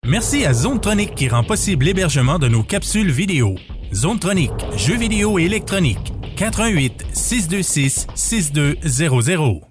Merci à ZoneTronic qui rend possible l'hébergement de nos capsules vidéo. ZoneTronic, jeux vidéo et électronique. 88 626 6200.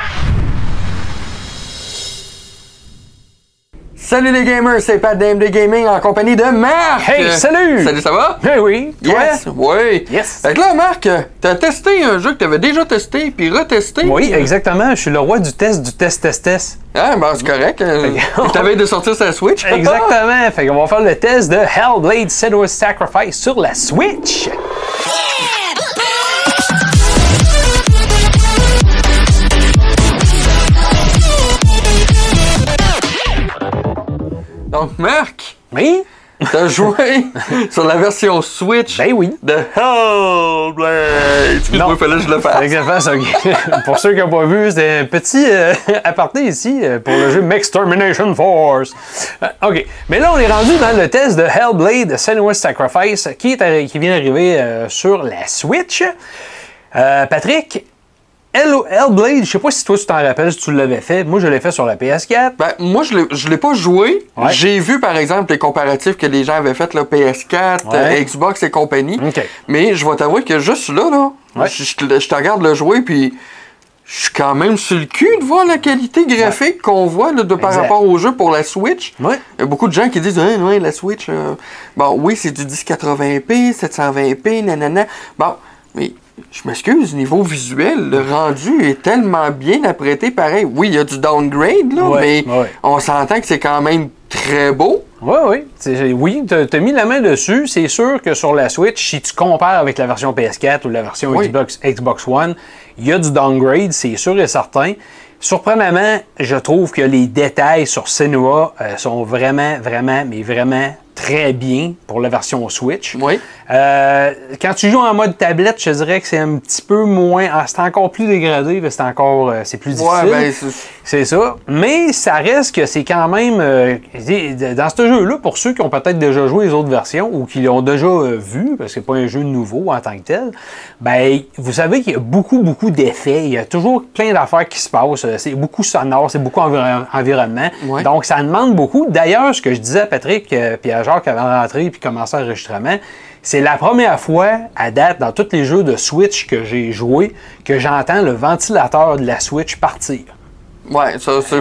Salut les gamers, c'est Pat d'AMD Gaming en compagnie de Marc! Hey, salut! Salut, ça va? Hey, oui! Yes! Oui! Yes! Fait que là, Marc, t'as testé un jeu que t'avais déjà testé, puis retesté. Oui, exactement. Je suis le roi du test. Ah, ben c'est correct. T'avais de sortir sa Switch. Exactement. Fait qu'on va faire le test de Hellblade: Senua's Sacrifice sur la Switch. Donc, Marc, Oui? t'as joué sur la version Switch Ben oui. de Hellblade. Excuse-moi, il fallait que je le fasse. Exactement, ça. Pour ceux qui n'ont pas vu, c'est un petit aparté ici pour le jeu Extermination Force. OK. Mais là, on est rendu dans le test de Hellblade: Senua's Sacrifice qui vient d'arriver sur la Switch. Patrick, Hellblade, je sais pas si toi tu t'en rappelles, si tu l'avais fait. Moi, je l'ai fait sur la PS4. Ben, moi, je l'ai pas joué. Ouais. J'ai vu, par exemple, les comparatifs que les gens avaient fait, là, PS4, Ouais. Xbox et compagnie. OK. Mais je vais t'avouer que juste là, Ouais. je te regarde le jouer, puis je suis quand même sur le cul de voir la qualité graphique qu'on voit là, par Exact. rapport au jeu pour la Switch. Ouais. Il y a beaucoup de gens qui disent « ouais, la Switch, bon, oui, c'est du 1080p, 720p, nanana. » Bon, mais... Je m'excuse, niveau visuel, le rendu est tellement bien apprêté, pareil. Oui, il y a du downgrade, là, Ouais, mais ouais. on s'entend que c'est quand même très beau. Oui. Oui, tu as mis la main dessus. C'est sûr que sur la Switch, si tu compares avec la version PS4 ou la version Oui. Xbox One, il y a du downgrade, c'est sûr et certain. Surprenamment, je trouve que les détails sur Senua sont vraiment très bien pour la version Switch. Oui. Quand tu joues en mode tablette, je dirais que c'est un petit peu moins... c'est encore plus dégradé, mais c'est plus difficile. Ouais, ben, C'est ça. Mais ça reste que c'est quand même... dans ce jeu-là, pour ceux qui ont peut-être déjà joué les autres versions ou qui l'ont déjà vu, parce que c'est pas un jeu nouveau en tant que tel, ben vous savez qu'il y a beaucoup d'effets. Il y a toujours plein d'affaires qui se passent. C'est beaucoup sonore, c'est beaucoup environnement. Ouais. Donc, ça demande beaucoup. D'ailleurs, ce que je disais à Patrick puis à Jacques avant de rentrer puis commencer l'enregistrement, c'est la première fois, à date, dans tous les jeux de Switch que j'ai joué, que j'entends le ventilateur de la Switch partir. ouais,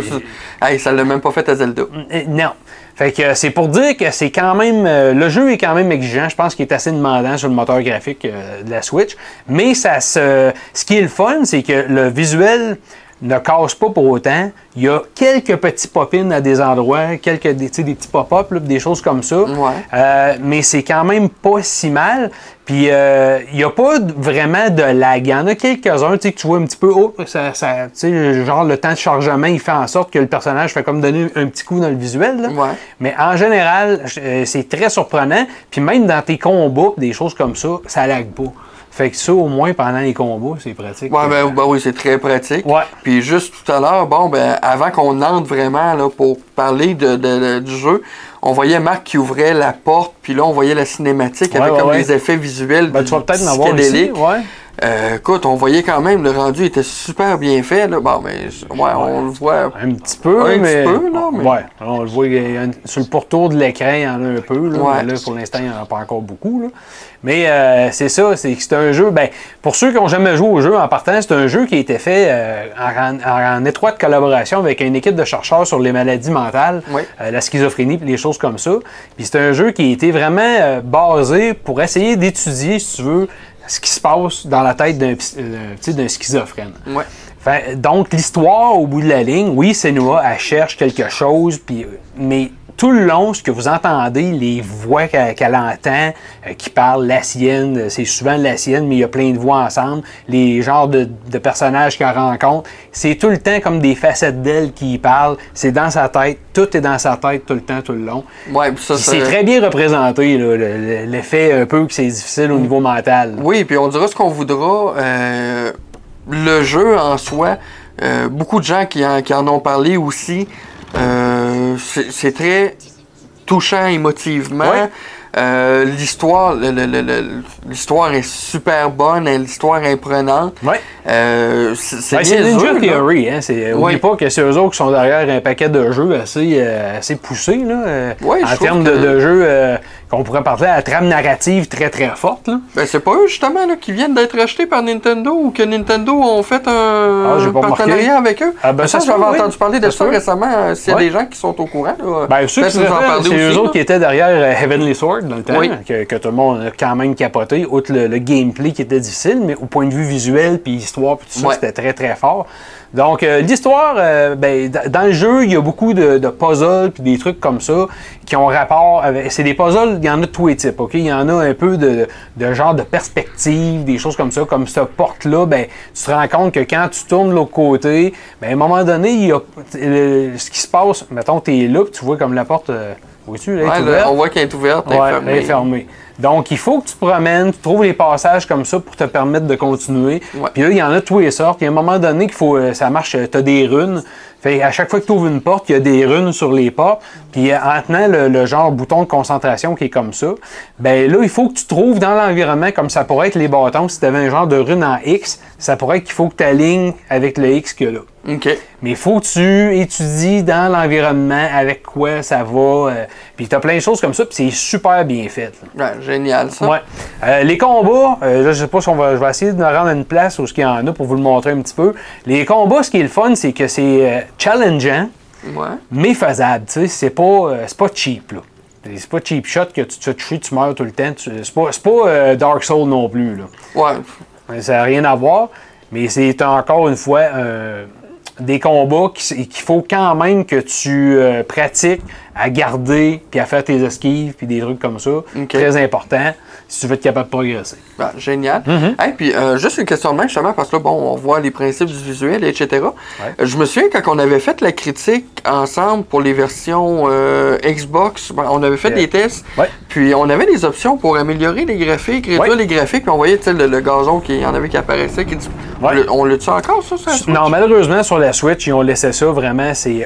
ça l'a même pas fait à Zelda. Non. Fait que c'est pour dire que c'est quand même... le jeu est quand même exigeant. Je pense qu'il est assez demandant sur le moteur graphique de la Switch. Mais ce qui est le fun, c'est que le visuel ne casse pas pour autant. Il y a quelques petits pop-ins à des endroits, des petits pop-up, des choses comme ça. Ouais. Mais c'est quand même pas si mal. Puis il n'y a pas vraiment de lag. Il y en a quelques-uns que tu vois un petit peu, genre le temps de chargement, il fait en sorte que le personnage fait comme donner un petit coup dans le visuel. Là. Ouais. Mais en général, c'est très surprenant. Puis même dans tes combats, des choses comme ça lag pas. Fait que ça, au moins, pendant les combats, c'est pratique. Ouais, ben oui, c'est très pratique. Ouais. Puis juste tout à l'heure, avant qu'on entre vraiment là, pour parler du jeu, on voyait Marc qui ouvrait la porte, puis là, on voyait la cinématique avec des effets visuels tu vas peut-être en avoir ici, écoute, on voyait quand même, le rendu était super bien fait. Là. Bon, mais on le voit. Un petit peu, un mais... petit peu, là, mais... Ouais, on le voit sur le pourtour de l'écran, il y en a un peu. Là, ouais. Mais là, pour l'instant, il n'y en a pas encore beaucoup. Là. Mais c'est ça, c'est un jeu... pour ceux qui n'ont jamais joué au jeu en partant, c'est un jeu qui a été fait en étroite collaboration avec une équipe de chercheurs sur les maladies mentales, la schizophrénie et les choses comme ça. Puis c'est un jeu qui a été vraiment basé pour essayer d'étudier, si tu veux, ce qui se passe dans la tête d'un schizophrène. Ouais. Donc, l'histoire, au bout de la ligne, oui, Senua, elle cherche quelque chose, mais tout le long, ce que vous entendez, les voix qu'elle entend, qui parlent la sienne, c'est souvent la sienne, mais il y a plein de voix ensemble, les genres de personnages qu'elle rencontre, c'est tout le temps comme des facettes d'elle qui parlent, c'est dans sa tête, tout est dans sa tête tout le temps, tout le long. Ouais, c'est très bien représenté, l'effet un peu que c'est difficile au niveau mental. Oui, puis on dira ce qu'on voudra. Le jeu en soi, beaucoup de gens qui en ont parlé aussi, c'est très touchant émotivement. L'histoire est super bonne, l'histoire est prenante. Ouais. C'est Ninja Theory, hein. N'oubliez pas que c'est eux autres qui sont derrière un paquet de jeux assez poussés, là, en termes de jeux qu'on pourrait parler à la trame narrative très très forte. Là. Ben, c'est pas eux justement là, qui viennent d'être achetés par Nintendo ou que Nintendo ont fait un partenariat avec eux. Ah, ben, ça, j'avais entendu parler de ça récemment. S'il y a des gens qui sont au courant, là, ben, ceux qui c'est eux autres qui étaient derrière Heavenly Sword dans le temps, que tout le monde a quand même capoté, outre le gameplay qui était difficile, mais au point de vue visuel, puis histoire, puis tout ça, c'était très très fort. Donc, l'histoire, dans le jeu, il y a beaucoup de puzzles puis des trucs comme ça qui ont rapport avec... C'est des puzzles, il y en a de tous les types, OK? Il y en a un peu de genre de perspective, des choses comme ça. Comme cette porte-là, tu te rends compte que quand tu tournes de l'autre côté, à un moment donné, il y a ce qui se passe, mettons, tu es là, tu vois comme la porte... vois-tu, là, elle est ouverte. On voit qu'elle est ouverte, elle est fermée. Donc, il faut que tu te promènes, tu trouves les passages comme ça pour te permettre de continuer. Puis là, il y en a de toutes les sortes. Il y a un moment donné qu'il faut, ça marche, tu as des runes. Fait à chaque fois que tu ouvres une porte, il y a des runes sur les portes. Puis en tenant le genre bouton de concentration qui est comme ça, là, il faut que tu trouves dans l'environnement, comme ça pourrait être les bâtons, si tu avais un genre de rune en X, ça pourrait être qu'il faut que tu alignes avec le X qu'il y a là. OK. Mais il faut que tu étudies dans l'environnement avec quoi ça va. Puis tu as plein de choses comme ça, puis c'est super bien fait. Génial, ça. Ouais. Les combats, je sais pas si je vais essayer de me rendre à une place où il y en a pour vous le montrer un petit peu. Les combats, ce qui est le fun, c'est que c'est challengeant, mais faisable. C'est pas cheap, là. C'est pas cheap shot que tu te tues, tu meurs tout le temps. C'est pas Dark Souls non plus, là. Ouais. Ça n'a rien à voir, mais c'est encore une fois des combats qu'il faut quand même que tu pratiques à garder, puis à faire tes esquives, puis des trucs comme ça. Très important, si tu veux être capable de progresser. Génial. Et puis, juste une question de main, justement, parce que là, on voit les principes du visuel, etc. Je me souviens, quand on avait fait la critique ensemble pour les versions Xbox, on avait fait des tests, puis on avait des options pour améliorer les graphiques, réduire les graphiques, puis on voyait le gazon qu'il y en avait qui apparaissait. On l'a-tu encore, ça? Non, malheureusement, sur la Switch, ils ont laissé ça vraiment, c'est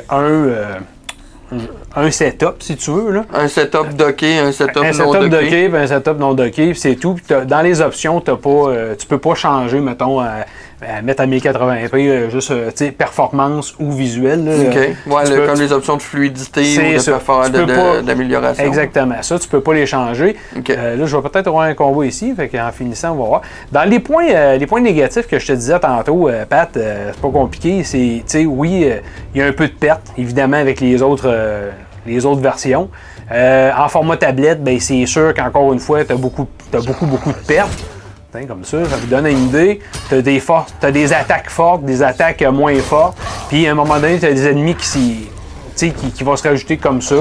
un setup, si tu veux. Là. Un setup docké, un setup non docké. Un setup non docké, puis c'est tout. Puis dans les options, tu peux pas changer, mettons, à mettre à 1080p, juste performance ou visuel. Là, comme les options de fluidité ou d'amélioration. Exactement. Ça, tu peux pas les changer. Là, je vais peut-être avoir un combo ici, fait qu'en finissant, on va voir. Dans les points négatifs que je te disais tantôt, Pat, c'est pas compliqué. C'est, oui, il y a un peu de perte, évidemment, avec les autres versions. En format tablette, c'est sûr qu'encore une fois, tu as beaucoup de pertes. Comme ça vous donne une idée. Tu as des attaques fortes, des attaques moins fortes. Puis à un moment donné, tu as des ennemis qui vont se rajouter comme ça.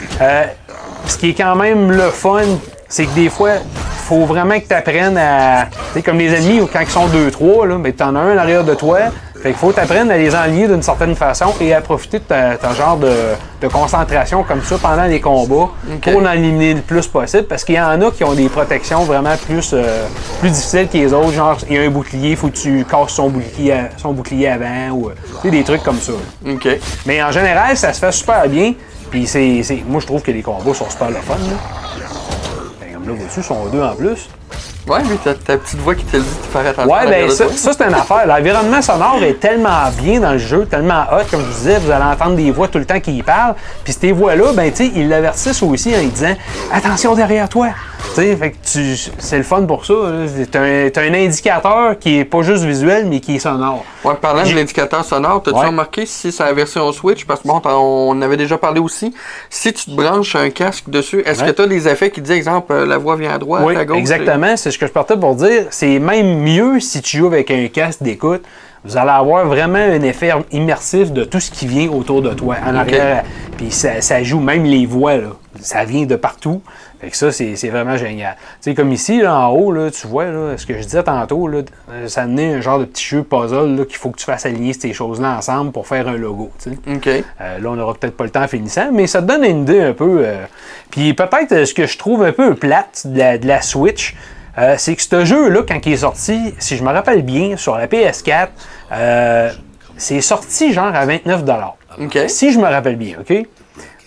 Ce qui est quand même le fun, c'est que des fois, il faut vraiment que tu apprennes à... Comme les ennemis, quand ils sont 2-3, tu en as un en arrière de toi. Fait qu'il faut t'apprendre à les enlier d'une certaine façon et à profiter de ta genre de concentration comme ça pendant les combats pour en éliminer le plus possible. Parce qu'il y en a qui ont des protections vraiment plus difficiles que les autres. Genre, il y a un bouclier, il faut que tu casses son bouclier avant ou des trucs comme ça. Mais en général, ça se fait super bien. Puis moi, je trouve que les combats sont super le fun. Comme là, vois-tu, ils sont deux en plus. Ouais, mais ta petite voix qui te le dit de faire attention. Ouais, ça c'est une affaire. L'environnement sonore est tellement bien dans le jeu, tellement hot, comme je vous disais, vous allez entendre des voix tout le temps qui parlent. Puis ces voix-là, ils l'avertissent aussi en disant « Attention derrière toi! » Fait que c'est le fun pour ça. T'as un indicateur qui est pas juste visuel, mais qui est sonore. Ouais, parlant de l'indicateur sonore, t'as-tu remarqué si c'est la version Switch? Parce que on avait déjà parlé aussi. Si tu te branches un casque dessus, est-ce que tu as les effets qui disent, exemple, la voix vient à droite, à gauche? Exactement. C'est ce que je partais pour dire. C'est même mieux si tu joues avec un casque d'écoute. Vous allez avoir vraiment un effet immersif de tout ce qui vient autour de toi, en arrière. Puis ça joue même les voix, là. Ça vient de partout. Fait que ça, c'est vraiment génial. Tu sais, comme ici, là, en haut, là, tu vois, là, ce que je disais tantôt, là, ça donnait un genre de petit jeu puzzle qu'il faut que tu fasses aligner ces choses-là ensemble pour faire un logo. Tu sais. Là, on n'aura peut-être pas le temps en finissant, mais ça te donne une idée un peu. Puis peut-être ce que je trouve un peu plate de la Switch, c'est que ce jeu-là, quand il est sorti, si je me rappelle bien, sur la PS4, c'est sorti genre à 29$. Si je me rappelle bien, OK?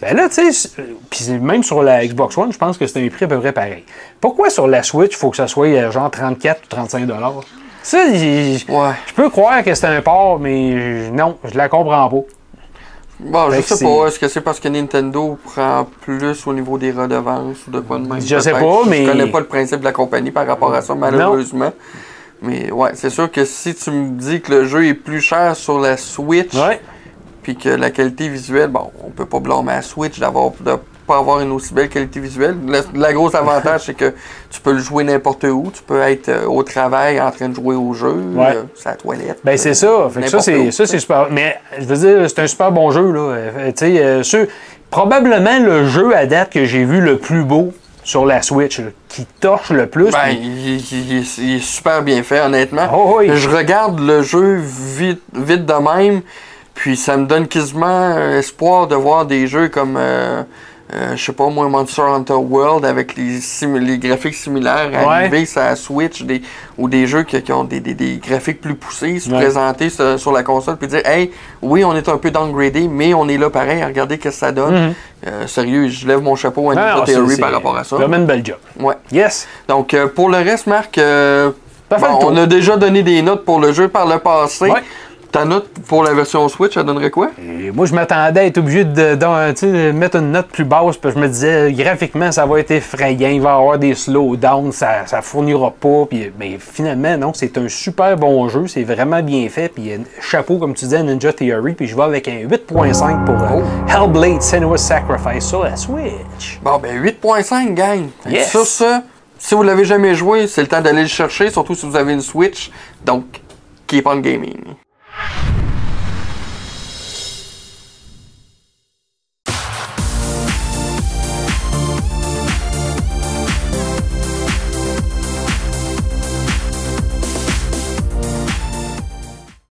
Ben là, tu sais, puis même sur la Xbox One, je pense que c'est un prix à peu près pareil. Pourquoi sur la Switch, il faut que ça soit genre 34 ou 35 $? Ça, je peux croire que c'est un port, mais non, je la comprends pas. Bon, je sais pas. Est-ce que c'est parce que Nintendo prend plus au niveau des redevances ou de quoi de même? Je sais pas, mais... Je connais pas le principe de la compagnie par rapport à ça, malheureusement. Non. Mais ouais, c'est sûr que si tu me dis que le jeu est plus cher sur la Switch, puis que la qualité visuelle, bon, on peut pas blâmer la Switch de pas avoir une aussi belle qualité visuelle. Le gros avantage, c'est que tu peux le jouer n'importe où. Tu peux être au travail en train de jouer au jeu, sur la toilette. Ben c'est ça. Fait que ça, c'est super. Mais je veux dire, c'est un super bon jeu, là. Tu sais, probablement le jeu à date que j'ai vu le plus beau sur la Switch, là, qui torche le plus. Ben, il est super bien fait, honnêtement. Oh, oui. Je regarde le jeu vite de même, puis ça me donne quasiment espoir de voir des jeux comme... je sais pas moi, Monster Hunter World avec les graphiques similaires arriver sur la Switch ou des jeux qui ont des graphiques plus poussés, se présenter sur la console puis dire hey, oui, on est un peu downgradé, mais on est là pareil, regardez ce que ça donne. Sérieux, je lève mon chapeau à Ninja Theory par rapport à ça. Vraiment une belle job. Ouais. Yes. Donc pour le reste, Marc, on a déjà donné des notes pour le jeu par le passé. Ouais. Ta note pour la version Switch, elle donnerait quoi? Et moi, je m'attendais à être obligé de mettre une note plus basse, parce que je me disais, graphiquement, ça va être effrayant, il va y avoir des slowdowns, ça fournira pas. Puis, mais finalement, non, c'est un super bon jeu, c'est vraiment bien fait. Puis chapeau, comme tu disais, Ninja Theory, puis je vais avec un 8.5 pour Hellblade Senua's Sacrifice sur la Switch. Bon, ben 8.5, gang. Yes. Sur ça, si vous l'avez jamais joué, c'est le temps d'aller le chercher, surtout si vous avez une Switch. Donc, keep on gaming.